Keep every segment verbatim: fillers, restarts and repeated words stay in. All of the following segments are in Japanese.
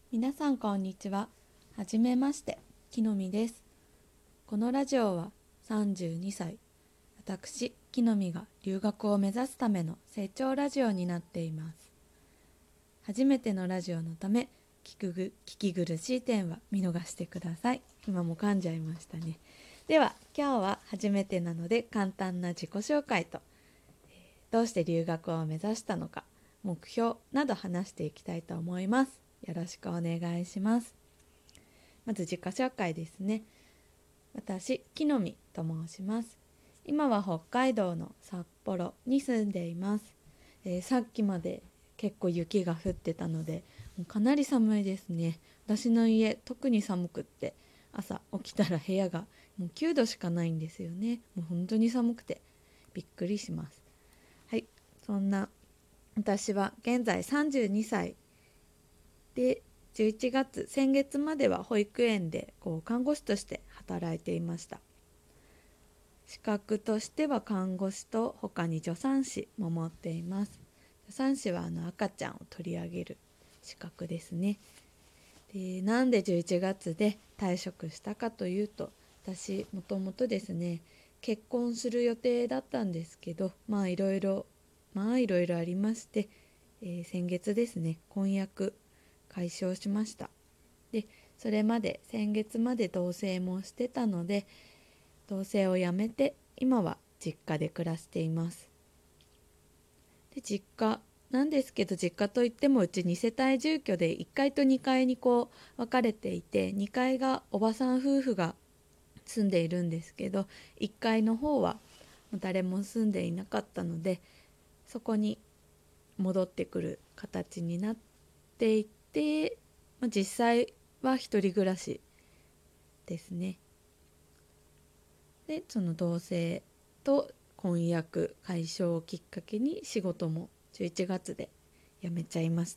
皆さんこんにちは。はじめまして、木の実です。このラジオはさんじゅうにさい、私、木の実が留学を目指すための成長ラジオになっています。初めてのラジオのため、聞くぐ聞き苦しい点は見逃してください。今も噛んじゃいましたね。では、今日は初めてなので簡単な自己紹介と、どうして留学を目指したのか、目標など話していきたいと思います。よろしくお願いします。まず自己紹介ですね。私、木の実と申します。今は北海道の札幌に住んでいます。えーさっきまで結構雪が降ってたので、もうかなり寒いですね。私の家、特に寒くって、朝起きたら部屋がもうきゅうどしかないんですよね。もう本当に寒くてびっくりします。はい、そんな私は現在さんじゅうにさいで、じゅういちがつ、先月までは保育園でこう看護師として働いていました。資格としては看護師と他に助産師も持っています。助産師はあの赤ちゃんを取り上げる資格ですね。で、なんでじゅういちがつで退職したかというと、私もともとですね、結婚する予定だったんですけど、まあいろいろまあいろいろありまして、えー先月ですね、婚約解消しました。で、それまで先月まで同棲もしてたので、同棲をやめて今は実家で暮らしています。で、実家なんですけど、実家といってもうちに世帯住居でいっかいとにかいにこう分かれていて、にかいがおばさん夫婦が住んでいるんですけど、いっかいの方は誰も住んでいなかったので、そこに戻ってくる形になっていて、まあ、実際は一人暮らしですね。で、その同棲と婚約解消をきっかけに仕事もじゅういちがつで辞めちゃいました。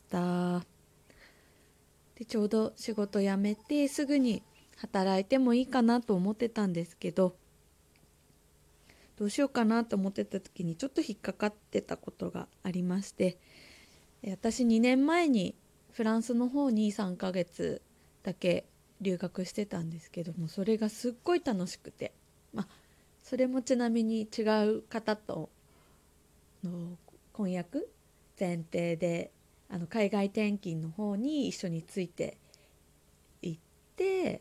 で、ちょうど仕事辞めてすぐに働いてもいいかなと思ってたんですけど、どうしようかなと思ってた時にちょっと引っかかってたことがありまして、私にねんまえにフランスの方にさんかげつだけ留学してたんですけども、それがすっごい楽しくて、まあそれもちなみに違う方との婚約前提で、あの海外転勤の方に一緒について行って、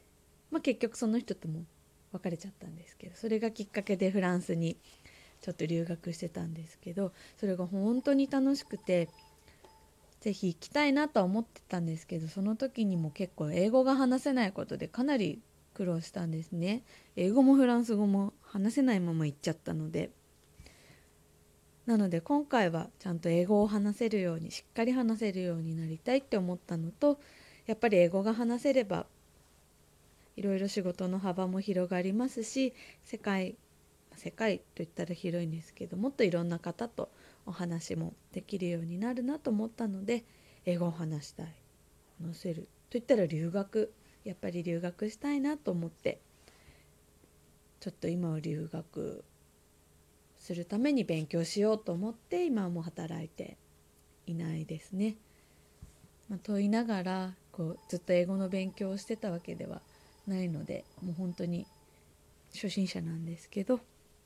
まあ、結局その人とも別れちゃったんですけど、それがきっかけでフランスにちょっと留学してたんですけど、それが本当に楽しくて、ぜひ行きたいなとは思ってたんですけど、その時にも結構英語が話せないことでかなり苦労したんですね。英語もフランス語も話せないまま行っちゃったので、なので今回はちゃんと英語を話せるように、しっかり話せるようになりたいって思ったのと、やっぱり英語が話せればいろいろ仕事の幅も広がりますし、世界世界といったら広いんですけど、もっといろんな方とお話もできるようになるなと思ったので、英語を話したい、話せるといったら留学、やっぱり留学したいなと思って、ちょっと今は留学するために勉強しようと思って今はもう働いていないですね。まあ、と言いながらこうずっと英語の勉強をしてたわけではないので、もう本当に初心者なんですけど、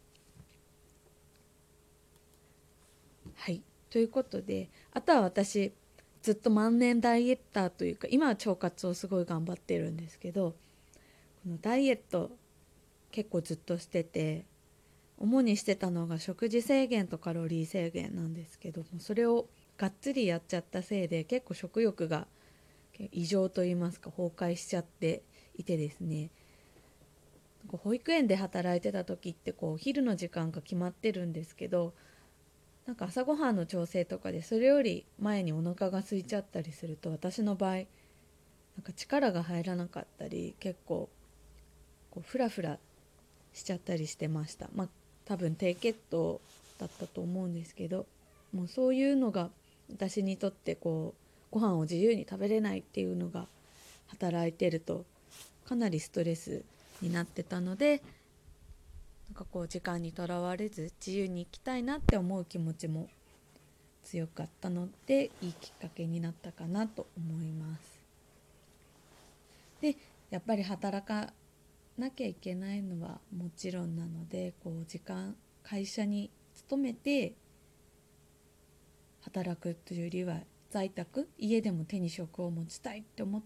はい、ということで、あとは私ずっと万年ダイエッターというか、今は腸活をすごい頑張ってるんですけど、このダイエット結構ずっとしてて、主にしてたのが食事制限とカロリー制限なんですけども、それをがっつりやっちゃったせいで結構食欲が異常といいますか崩壊しちゃっていてですね、保育園で働いてた時ってこうお昼の時間が決まってるんですけど、なんか朝ごはんの調整とかでそれより前にお腹が空いちゃったりすると、私の場合なんか力が入らなかったり、結構こうフラフラしちゃったりしてました。まあ多分低血糖だったと思うんですけど、もうそういうのが私にとってこうご飯を自由に食べれないっていうのが働いてるとかなりストレスになってたので、なんかこう時間にとらわれず自由に生きたいなって思う気持ちも強かったので、いいきっかけになったかなと思います。 でやっぱり働かなきゃいけないのはもちろんなので、こう時間会社に勤めて働くというよりは在宅、家でも手に職を持ちたいって思って、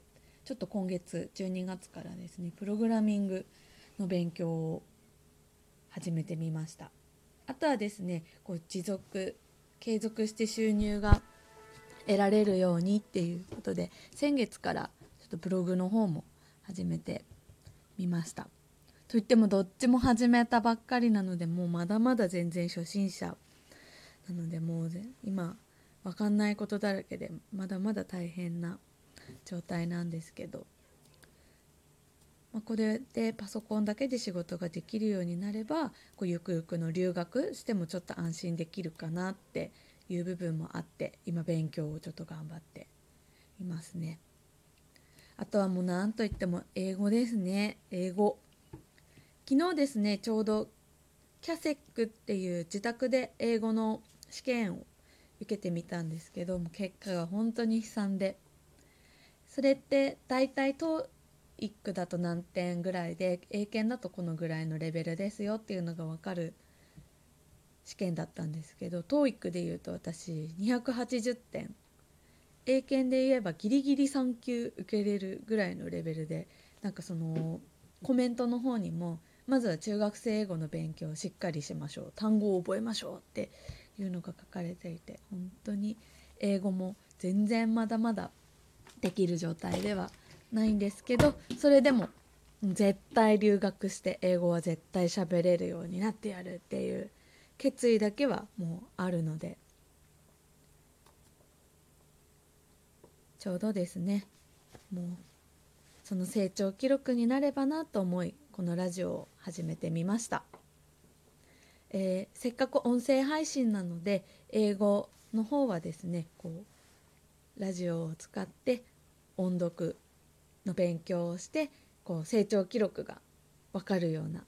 ちょっと今月じゅうにがつからですね、プログラミングの勉強を始めてみました。あとはですね、こう持続継続して収入が得られるようにっていうことで、先月からちょっとブログの方も始めてみました。といってもどっちも始めたばっかりなので、もうまだまだ全然初心者なので、もう今分かんないことだらけでまだまだ大変な状態なんですけど、まあ、これでパソコンだけで仕事ができるようになれば、こうゆくゆくの留学してもちょっと安心できるかなっていう部分もあって、今勉強をちょっと頑張っていますね。あとはもう何といっても英語ですね。英語、昨日ですね、ちょうどキャセックっていう自宅で英語の試験を受けてみたんですけども、結果が本当に悲惨で、それってだいたいトーイックだと何点ぐらいで、英検だとこのぐらいのレベルですよっていうのが分かる試験だったんですけど、トーイックでいうと私にひゃくはちじゅってん、英検で言えばギリギリさん級受けれるぐらいのレベルで、なんかそのコメントの方にも、まずは中学生英語の勉強をしっかりしましょう、単語を覚えましょうっていうのが書かれていて、本当に英語も全然まだまだできる状態ではないんですけど、それでも絶対留学して英語は絶対喋れるようになってやるっていう決意だけはもうあるので、ちょうどですね、もうその成長記録になればなと思い、このラジオを始めてみました。えー、せっかく音声配信なので、英語の方はですね、こうラジオを使って音読の勉強をして、こう成長記録が分かるような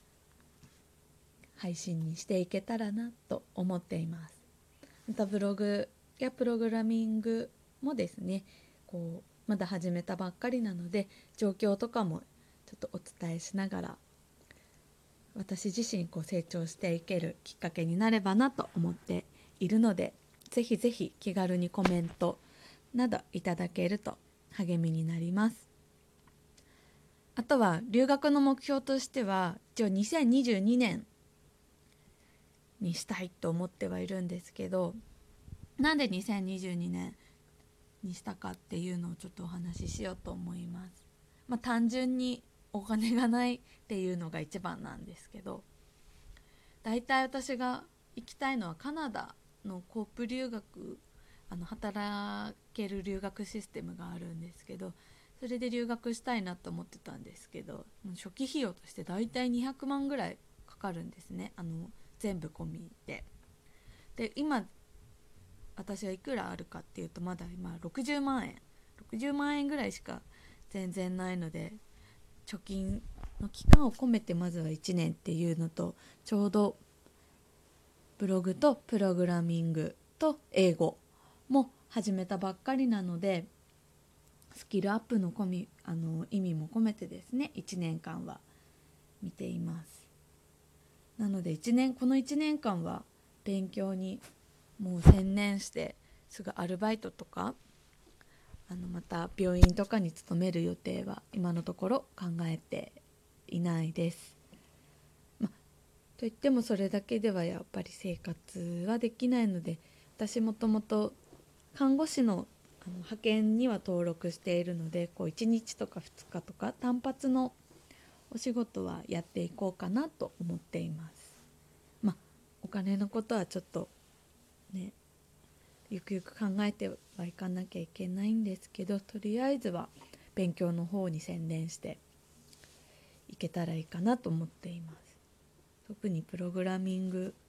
配信にしていけたらなと思っています。またブログやプログラミングもですね、こうまだ始めたばっかりなので、状況とかもちょっとお伝えしながら、私自身こう成長していけるきっかけになればなと思っているので、ぜひぜひ気軽にコメントなどいただけると励みになります。あとは留学の目標としては、一応にせんにじゅうにねんにしたいと思ってはいるんですけど、なんでにせんにじゅうにねんにしたかっていうのをちょっとお話ししようと思います。まあ、単純にお金がないっていうのが一番なんですけど、だいたい私が行きたいのはカナダのコープ留学、あの働ける留学システムがあるんですけど、それで留学したいなと思ってたんですけど、初期費用としてだいたいにひゃくまんぐらいかかるんですね、あの全部込みで。で今私はいくらあるかっていうと、まだ今ろくじゅうまんえんろくじゅうまんえんぐらいしか全然ないので、貯金の期間を込めてまずはいちねんっていうのと、ちょうどブログとプログラミングと英語も始めたばっかりなので、スキルアップの込みあの意味も込めてですね、いちねんかんは見ています。なのでいちねんこのいちねんかんは勉強にもう専念して、すぐアルバイトとかあのまた病院とかに勤める予定は今のところ考えていないです。ま、といってもそれだけではやっぱり生活はできないので、私もともと看護師のあの派遣には登録しているので、こういちにちとかふつかとか単発のお仕事はやっていこうかなと思っています。まあお金のことはちょっとね、ゆくゆく考えてはいかなきゃいけないんですけど、とりあえずは勉強の方に専念していけたらいいかなと思っています。特にプログラミング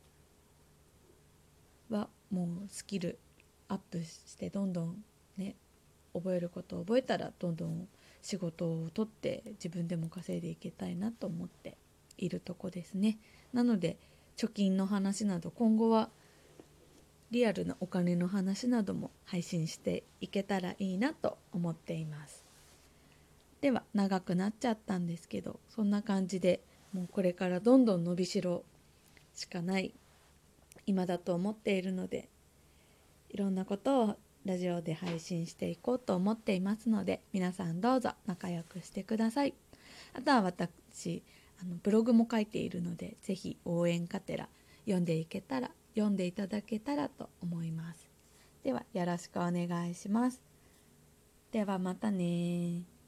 はもうスキルアップして、どんどんね、覚えることを覚えたらどんどん仕事を取って自分でも稼いでいけたいなと思っているとこですね。なので貯金の話など、今後はリアルなお金の話なども配信していけたらいいなと思っています。 では長くなっちゃったんですけど、そんな感じでもうこれからどんどん伸びしろしかない今だと思っているので、いろんなことをラジオで配信していこうと思っていますので、皆さんどうぞ仲良くしてください。あとは私あのブログも書いているので、ぜひ応援がてら読んでいけたら読んでいただけたらと思います。ではよろしくお願いします。ではまたね。